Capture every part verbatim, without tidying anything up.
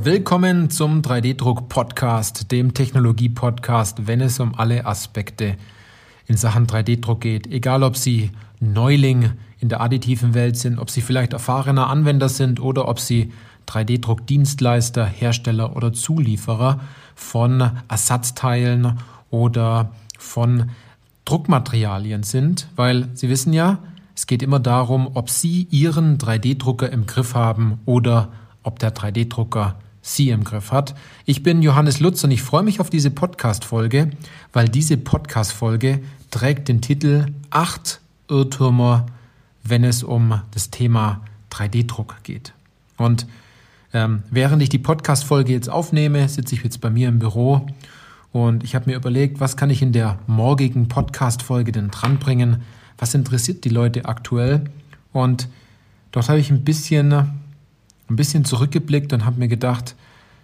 Willkommen zum drei D Druck Podcast, dem Technologie-Podcast, wenn es um alle Aspekte in Sachen drei D Druck geht. Egal, ob Sie Neuling in der additiven Welt sind, ob Sie vielleicht erfahrener Anwender sind oder ob Sie drei D Druck Dienstleister, Hersteller oder Zulieferer von Ersatzteilen oder von Druckmaterialien sind, weil Sie wissen ja, es geht immer darum, ob Sie Ihren drei D Drucker im Griff haben oder ob der drei D Drucker Sie im Griff hat. Ich bin Johannes Lutz und ich freue mich auf diese Podcast-Folge, weil diese Podcast-Folge trägt den Titel acht Irrtümer, wenn es um das Thema drei D Druck geht. Und ähm, während ich die Podcast-Folge jetzt aufnehme, sitze ich jetzt bei mir im Büro und ich habe mir überlegt, was kann ich in der morgigen Podcast-Folge denn dranbringen? Was interessiert die Leute aktuell? Und dort habe ich ein bisschen... ein bisschen zurückgeblickt und habe mir gedacht,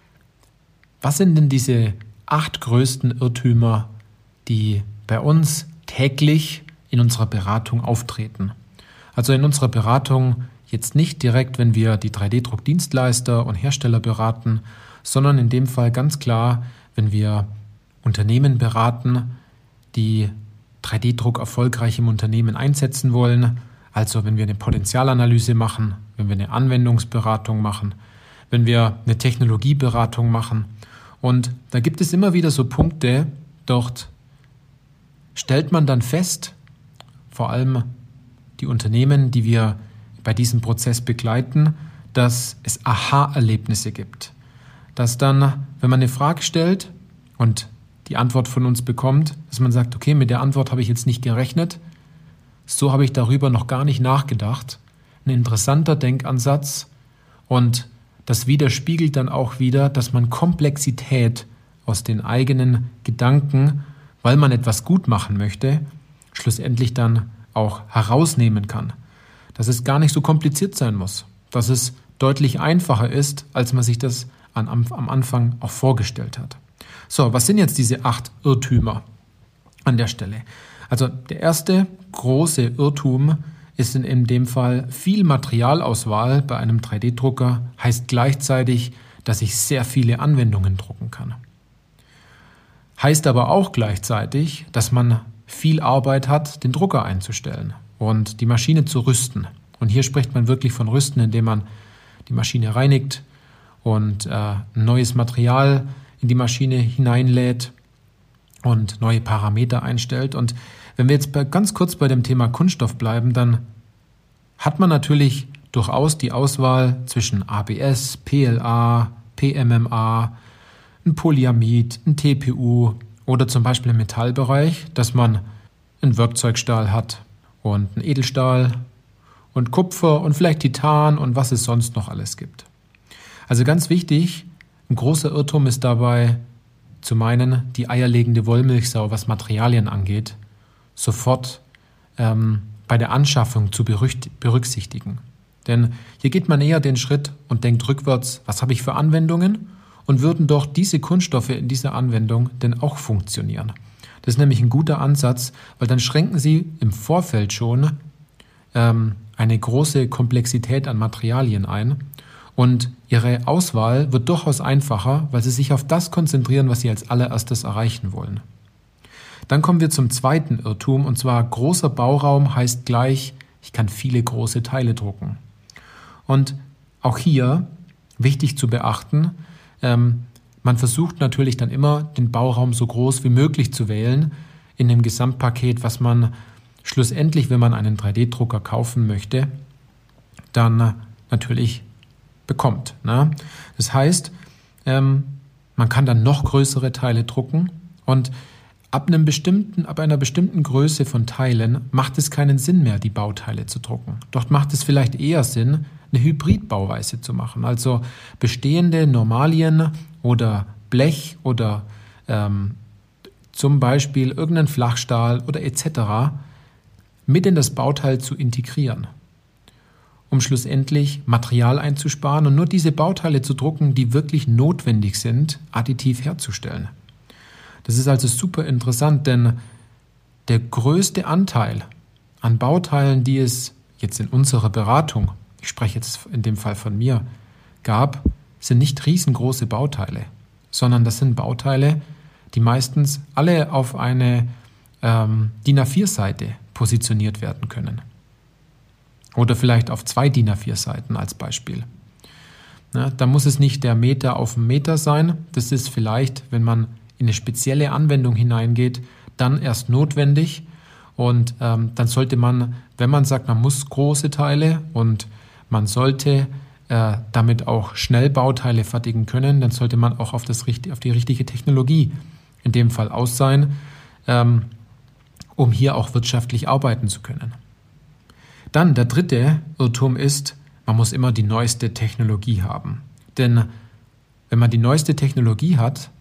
was sind denn diese acht größten Irrtümer, die bei uns täglich in unserer Beratung auftreten? Also in unserer Beratung jetzt nicht direkt, wenn wir die drei D Druck Dienstleister und Hersteller beraten, sondern in dem Fall ganz klar, wenn wir Unternehmen beraten, die drei D Druck erfolgreich im Unternehmen einsetzen wollen. Also wenn wir eine Potenzialanalyse machen, wenn wir eine Anwendungsberatung machen, wenn wir eine Technologieberatung machen. Und da gibt es immer wieder so Punkte, dort stellt man dann fest, vor allem die Unternehmen, die wir bei diesem Prozess begleiten, dass es Aha-Erlebnisse gibt. Dass dann, wenn man eine Frage stellt und die Antwort von uns bekommt, dass man sagt, okay, mit der Antwort habe ich jetzt nicht gerechnet, so habe ich darüber noch gar nicht nachgedacht. Ein interessanter Denkansatz und das widerspiegelt dann auch wieder, dass man Komplexität aus den eigenen Gedanken, weil man etwas gut machen möchte, schlussendlich dann auch herausnehmen kann. Dass es gar nicht so kompliziert sein muss, dass es deutlich einfacher ist, als man sich das an, am Anfang auch vorgestellt hat. So, was sind jetzt diese acht Irrtümer an der Stelle? Also der erste große Irrtum ist in, in dem Fall viel Materialauswahl bei einem drei D Drucker, heißt gleichzeitig, dass ich sehr viele Anwendungen drucken kann. Heißt aber auch gleichzeitig, dass man viel Arbeit hat, den Drucker einzustellen und die Maschine zu rüsten. Und hier spricht man wirklich von Rüsten, indem man die Maschine reinigt und äh, ein neues Material in die Maschine hineinlädt und neue Parameter einstellt. Und wenn wir jetzt bei, ganz kurz bei dem Thema Kunststoff bleiben, dann hat man natürlich durchaus die Auswahl zwischen A B S, P L A, P M M A, ein Polyamid, ein T P U oder zum Beispiel im Metallbereich, dass man einen Werkzeugstahl hat und einen Edelstahl und Kupfer und vielleicht Titan und was es sonst noch alles gibt. Also ganz wichtig, ein großer Irrtum ist dabei zu meinen, die eierlegende Wollmilchsau, was Materialien angeht, sofort ähm, bei der Anschaffung zu berücksichtigen. Denn hier geht man eher den Schritt und denkt rückwärts, was habe ich für Anwendungen und würden doch diese Kunststoffe in dieser Anwendung denn auch funktionieren. Das ist nämlich ein guter Ansatz, weil dann schränken Sie im Vorfeld schon ähm, eine große Komplexität an Materialien ein und Ihre Auswahl wird durchaus einfacher, weil Sie sich auf das konzentrieren, was Sie als allererstes erreichen wollen. Dann kommen wir zum zweiten Irrtum, und zwar großer Bauraum heißt gleich, ich kann viele große Teile drucken. Und auch hier wichtig zu beachten, ähm, man versucht natürlich dann immer, den Bauraum so groß wie möglich zu wählen in dem Gesamtpaket, was man schlussendlich, wenn man einen drei D Drucker kaufen möchte, dann natürlich bekommt. Ne? Das heißt, ähm, man kann dann noch größere Teile drucken und Ab, einem bestimmten, ab einer bestimmten Größe von Teilen macht es keinen Sinn mehr, die Bauteile zu drucken. Dort macht es vielleicht eher Sinn, eine Hybridbauweise zu machen. Also bestehende Normalien oder Blech oder ähm, zum Beispiel irgendeinen Flachstahl oder et cetera mit in das Bauteil zu integrieren, um schlussendlich Material einzusparen und nur diese Bauteile zu drucken, die wirklich notwendig sind, additiv herzustellen. Das ist also super interessant, denn der größte Anteil an Bauteilen, die es jetzt in unserer Beratung, ich spreche jetzt in dem Fall von mir, gab, sind nicht riesengroße Bauteile, sondern das sind Bauteile, die meistens alle auf eine ähm, D I N A vier Seite positioniert werden können. Oder vielleicht auf zwei D I N A vier Seiten als Beispiel. Ja, da muss es nicht der Meter auf den Meter sein. Das ist vielleicht, wenn man in eine spezielle Anwendung hineingeht, dann erst notwendig. Und ähm, dann sollte man, wenn man sagt, man muss große Teile und man sollte äh, damit auch schnell Bauteile fertigen können, dann sollte man auch auf, das, auf die richtige Technologie in dem Fall aus sein, ähm, um hier auch wirtschaftlich arbeiten zu können. Dann der dritte Irrtum ist, man muss immer die neueste Technologie haben. Denn wenn man die neueste Technologie hat,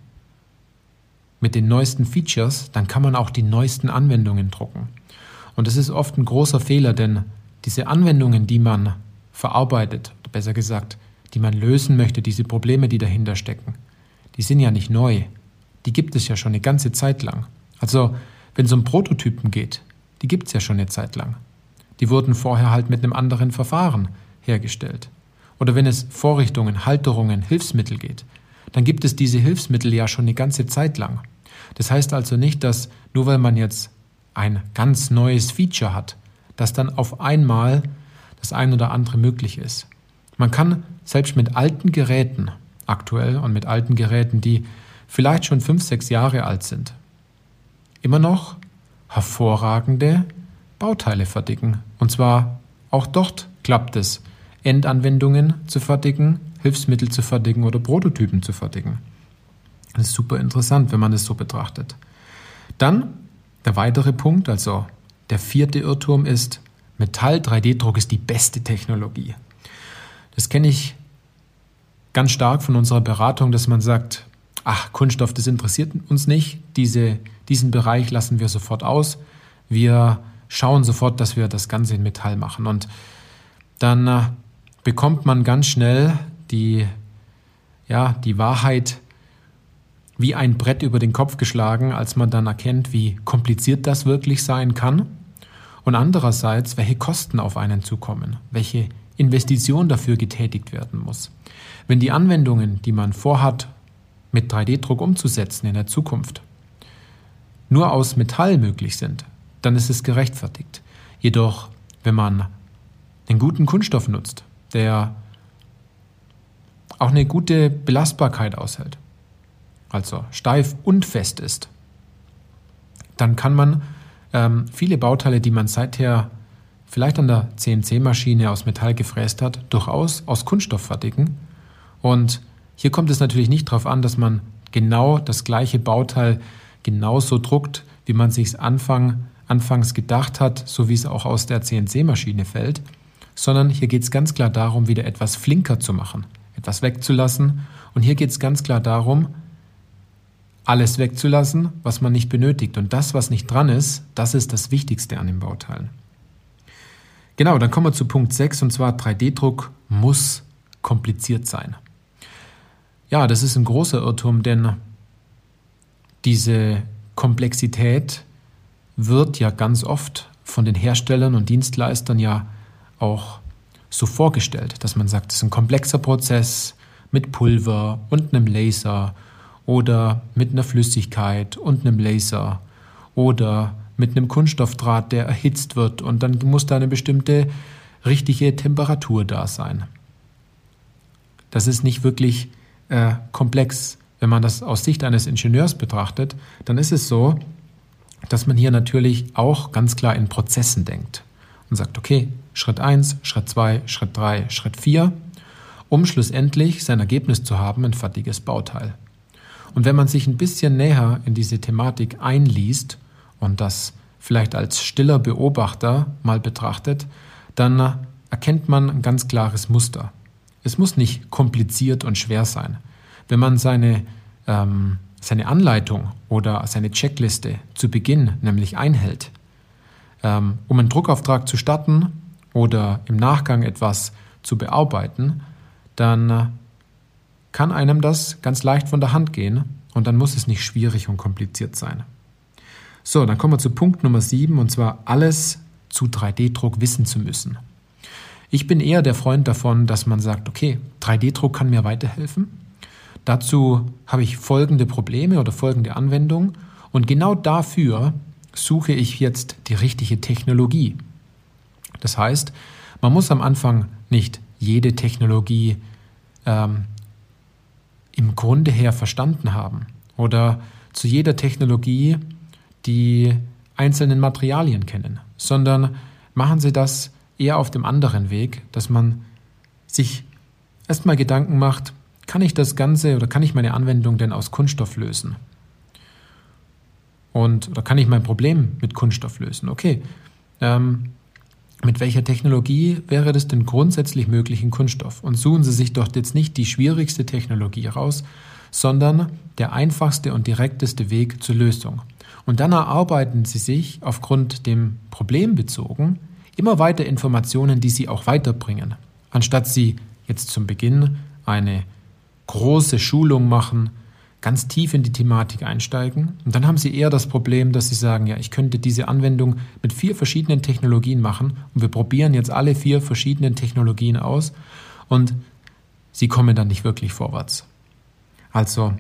mit den neuesten Features, dann kann man auch die neuesten Anwendungen drucken. Und das ist oft ein großer Fehler, denn diese Anwendungen, die man verarbeitet, oder besser gesagt, die man lösen möchte, diese Probleme, die dahinter stecken, die sind ja nicht neu. Die gibt es ja schon eine ganze Zeit lang. Also wenn es um Prototypen geht, die gibt es ja schon eine Zeit lang. Die wurden vorher halt mit einem anderen Verfahren hergestellt. Oder wenn es Vorrichtungen, Halterungen, Hilfsmittel geht, dann gibt es diese Hilfsmittel ja schon eine ganze Zeit lang. Das heißt also nicht, dass nur weil man jetzt ein ganz neues Feature hat, dass dann auf einmal das ein oder andere möglich ist. Man kann selbst mit alten Geräten aktuell und mit alten Geräten, die vielleicht schon fünf, sechs Jahre alt sind, immer noch hervorragende Bauteile fertigen. Und zwar auch dort klappt es, Endanwendungen zu fertigen, Hilfsmittel zu fertigen oder Prototypen zu fertigen. Das ist super interessant, wenn man es so betrachtet. Dann der weitere Punkt, also der vierte Irrtum ist, Metall-drei D Druck ist die beste Technologie. Das kenne ich ganz stark von unserer Beratung, dass man sagt, ach, Kunststoff, das interessiert uns nicht, Diese, diesen Bereich lassen wir sofort aus. Wir schauen sofort, dass wir das Ganze in Metall machen. Und dann äh, bekommt man ganz schnell die, ja, die Wahrheit wie ein Brett über den Kopf geschlagen, als man dann erkennt, wie kompliziert das wirklich sein kann. Und andererseits, welche Kosten auf einen zukommen, welche Investition dafür getätigt werden muss. Wenn die Anwendungen, die man vorhat, mit drei D Druck umzusetzen in der Zukunft, nur aus Metall möglich sind, dann ist es gerechtfertigt. Jedoch, wenn man einen guten Kunststoff nutzt, der auch eine gute Belastbarkeit aushält, also steif und fest ist, dann kann man ähm, viele Bauteile, die man seither vielleicht an der C N C-Maschine aus Metall gefräst hat, durchaus aus Kunststoff fertigen. Und hier kommt es natürlich nicht darauf an, dass man genau das gleiche Bauteil genauso druckt, wie man sich es Anfang, anfangs gedacht hat, so wie es auch aus der C N C-Maschine fällt, sondern hier geht es ganz klar darum, wieder etwas flinker zu machen, etwas wegzulassen. Und hier geht es ganz klar darum, alles wegzulassen, was man nicht benötigt. Und das, was nicht dran ist, das ist das Wichtigste an den Bauteilen. Genau, dann kommen wir zu Punkt sechs, und zwar drei D Druck muss kompliziert sein. Ja, das ist ein großer Irrtum, denn diese Komplexität wird ja ganz oft von den Herstellern und Dienstleistern ja auch so vorgestellt, dass man sagt, es ist ein komplexer Prozess mit Pulver und einem Laser oder mit einer Flüssigkeit und einem Laser oder mit einem Kunststoffdraht, der erhitzt wird, und dann muss da eine bestimmte richtige Temperatur da sein. Das ist nicht wirklich äh, komplex. Wenn man das aus Sicht eines Ingenieurs betrachtet, dann ist es so, dass man hier natürlich auch ganz klar in Prozessen denkt und sagt, okay, Schritt eins, Schritt zwei, Schritt drei, Schritt vier, um schlussendlich sein Ergebnis zu haben, ein fertiges Bauteil. Und wenn man sich ein bisschen näher in diese Thematik einliest und das vielleicht als stiller Beobachter mal betrachtet, dann erkennt man ein ganz klares Muster. Es muss nicht kompliziert und schwer sein. Wenn man seine, ähm, seine Anleitung oder seine Checkliste zu Beginn nämlich einhält, ähm, um einen Druckauftrag zu starten oder im Nachgang etwas zu bearbeiten, dann kann einem das ganz leicht von der Hand gehen und dann muss es nicht schwierig und kompliziert sein. So, dann kommen wir zu Punkt Nummer sieben, und zwar alles zu drei D Druck wissen zu müssen. Ich bin eher der Freund davon, dass man sagt, okay, drei D Druck kann mir weiterhelfen. Dazu habe ich folgende Probleme oder folgende Anwendung und genau dafür suche ich jetzt die richtige Technologie. Das heißt, man muss am Anfang nicht jede Technologie ähm, im Grunde her verstanden haben oder zu jeder Technologie die einzelnen Materialien kennen, sondern machen Sie das eher auf dem anderen Weg, dass man sich erstmal Gedanken macht, kann ich das Ganze oder kann ich meine Anwendung denn aus Kunststoff lösen? Und, oder kann ich mein Problem mit Kunststoff lösen? Okay, ähm, mit welcher Technologie wäre das denn grundsätzlich möglich in Kunststoff? Und suchen Sie sich doch jetzt nicht die schwierigste Technologie raus, sondern der einfachste und direkteste Weg zur Lösung. Und dann erarbeiten Sie sich aufgrund dem Problem bezogen immer weiter Informationen, die Sie auch weiterbringen. Anstatt Sie jetzt zum Beginn eine große Schulung machen, ganz tief in die Thematik einsteigen und dann haben Sie eher das Problem, dass Sie sagen, ja, ich könnte diese Anwendung mit vier verschiedenen Technologien machen und wir probieren jetzt alle vier verschiedenen Technologien aus und Sie kommen dann nicht wirklich vorwärts. Also,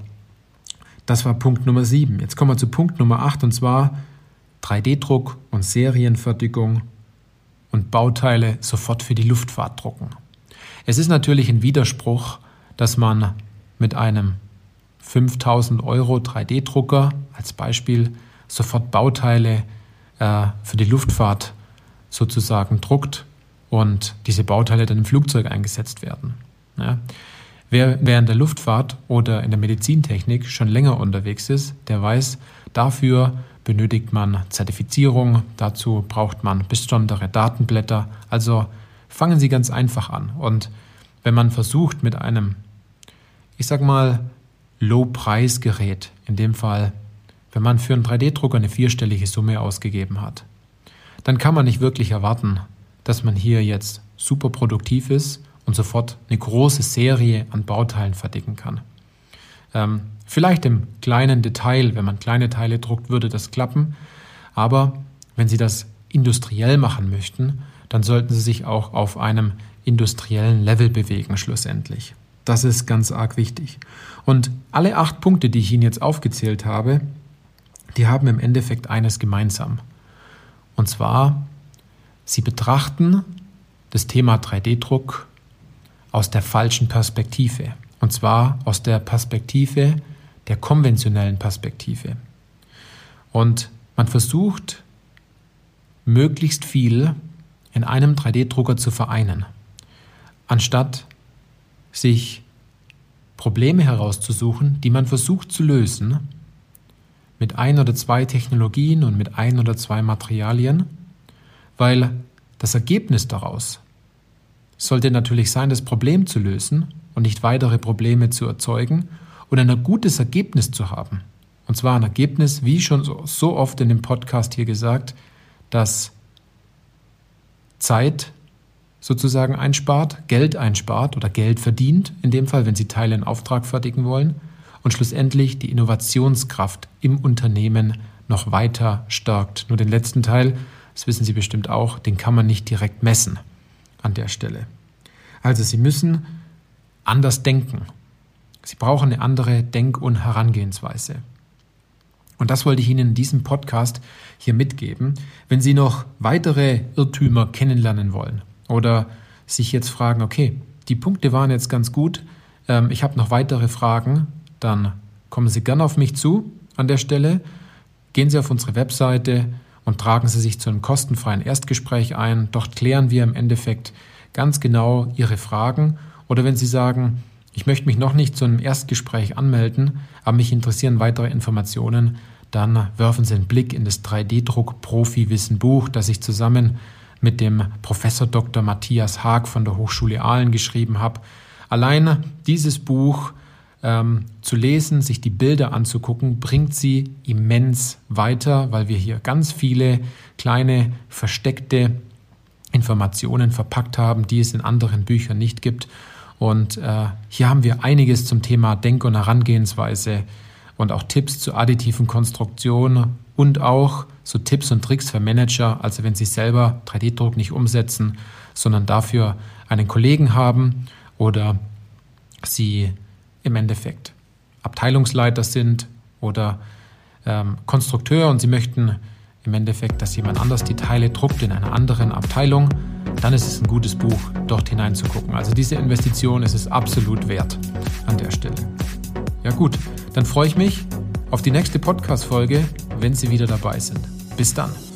das war Punkt Nummer sieben. Jetzt kommen wir zu Punkt Nummer acht und zwar drei D Druck und Serienfertigung und Bauteile sofort für die Luftfahrt drucken. Es ist natürlich ein Widerspruch, dass man mit einem fünftausend Euro drei D Drucker als Beispiel sofort Bauteile äh, für die Luftfahrt sozusagen druckt und diese Bauteile dann im Flugzeug eingesetzt werden. Ja. Wer, wer in der Luftfahrt oder in der Medizintechnik schon länger unterwegs ist, der weiß, dafür benötigt man Zertifizierung, dazu braucht man besondere Datenblätter. Also fangen Sie ganz einfach an. Und wenn man versucht mit einem, ich sag mal, Low-Preis-Gerät, in dem Fall, wenn man für einen drei D Drucker eine vierstellige Summe ausgegeben hat, dann kann man nicht wirklich erwarten, dass man hier jetzt super produktiv ist und sofort eine große Serie an Bauteilen fertigen kann. Ähm, vielleicht im kleinen Detail, wenn man kleine Teile druckt, würde das klappen, aber wenn Sie das industriell machen möchten, dann sollten Sie sich auch auf einem industriellen Level bewegen schlussendlich. Das ist ganz arg wichtig. Und alle acht Punkte, die ich Ihnen jetzt aufgezählt habe, die haben im Endeffekt eines gemeinsam. Und zwar, Sie betrachten das Thema drei D Druck aus der falschen Perspektive. Und zwar aus der Perspektive der konventionellen Perspektive. Und man versucht, möglichst viel in einem drei D Drucker zu vereinen, anstatt sich Probleme herauszusuchen, die man versucht zu lösen, mit ein oder zwei Technologien und mit ein oder zwei Materialien, weil das Ergebnis daraus sollte natürlich sein, das Problem zu lösen und nicht weitere Probleme zu erzeugen und ein gutes Ergebnis zu haben. Und zwar ein Ergebnis, wie schon so, so oft in dem Podcast hier gesagt, das Zeit sozusagen einspart, Geld einspart oder Geld verdient, in dem Fall, wenn Sie Teile in Auftrag fertigen wollen, und schlussendlich die Innovationskraft im Unternehmen noch weiter stärkt. Nur den letzten Teil, das wissen Sie bestimmt auch, den kann man nicht direkt messen an der Stelle. Also Sie müssen anders denken. Sie brauchen eine andere Denk- und Herangehensweise. Und das wollte ich Ihnen in diesem Podcast hier mitgeben. Wenn Sie noch weitere Irrtümer kennenlernen wollen oder sich jetzt fragen, okay, die Punkte waren jetzt ganz gut, ähm, ich habe noch weitere Fragen, dann kommen Sie gerne auf mich zu an der Stelle. Gehen Sie auf unsere Webseite und tragen Sie sich zu einem kostenfreien Erstgespräch ein. Dort klären wir im Endeffekt ganz genau Ihre Fragen. Oder wenn Sie sagen, ich möchte mich noch nicht zu einem Erstgespräch anmelden, aber mich interessieren weitere Informationen, dann werfen Sie einen Blick in das drei D Druck Profi-Wissen Buch, das ich zusammen mit dem Professor Doktor Matthias Haag von der Hochschule Aalen geschrieben habe. Allein dieses Buch ähm, zu lesen, sich die Bilder anzugucken, bringt Sie immens weiter, weil wir hier ganz viele kleine versteckte Informationen verpackt haben, die es in anderen Büchern nicht gibt. Und äh, hier haben wir einiges zum Thema Denk- und Herangehensweise und auch Tipps zur additiven Konstruktion und auch so Tipps und Tricks für Manager, also wenn sie selber drei D Druck nicht umsetzen, sondern dafür einen Kollegen haben oder Sie im Endeffekt Abteilungsleiter sind oder ähm, Konstrukteur und Sie möchten im Endeffekt, dass jemand anders die Teile druckt in einer anderen Abteilung, dann ist es ein gutes Buch, dort hineinzugucken. Also diese Investition ist es absolut wert an der Stelle. Ja gut, dann freue ich mich auf die nächste Podcast-Folge, wenn Sie wieder dabei sind. Bis dann.